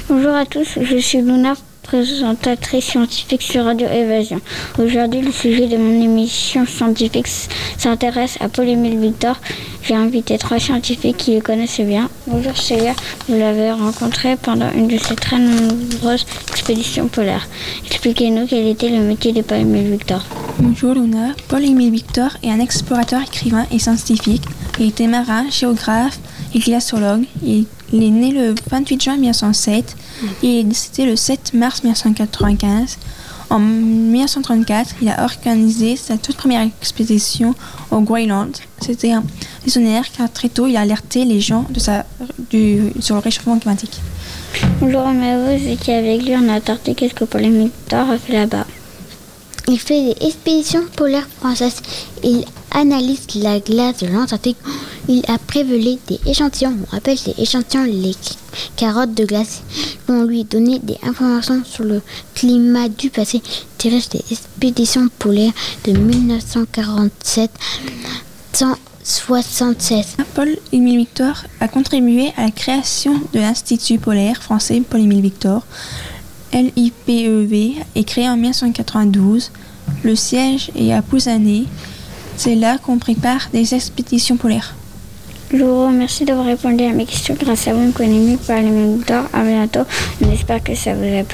Bonjour à tous, je suis Luna, présentatrice scientifique sur Radio Évasion. Aujourd'hui, le sujet de mon émission scientifique s'intéresse à Paul-Émile Victor. J'ai invité 3 scientifiques qui le connaissent bien. Bonjour Célia, vous l'avez rencontré pendant une de ses très nombreuses expéditions polaires. Expliquez-nous quel était le métier de Paul-Émile Victor. Bonjour Luna, Paul-Émile Victor est un explorateur, écrivain et scientifique. Il était marin, géographe et glaciologue. Il est né le 28 juin 1907 et il est décédé le 7 mars 1995. En 1934, il a organisé sa toute première expédition au Groenland. C'était un visionnaire car très tôt il a alerté les gens sur le réchauffement climatique. Bonjour, mais vous étiez avec lui en Antarctique. Qu'est-ce que Paul-Émile Victor a fait là-bas? Il fait des expéditions polaires françaises. Il analyse la glace de l'Antarctique. Il a prélevé des échantillons. On appelle ces échantillons les carottes de glace. Qui vont lui donner des informations sur le climat du passé. Il dirige des expéditions polaires de 1947 à 1976. Paul-Émile Victor a contribué à la création de l'Institut polaire français Paul-Émile Victor. L'IPEV est créé en 1992. Le siège est à Pouzané. C'est là qu'on prépare des expéditions polaires. Je vous remercie d'avoir répondu à mes questions. Grâce à vous, on connaît mieux Paul-Émile Victor. À bientôt. On espère que ça vous a plu.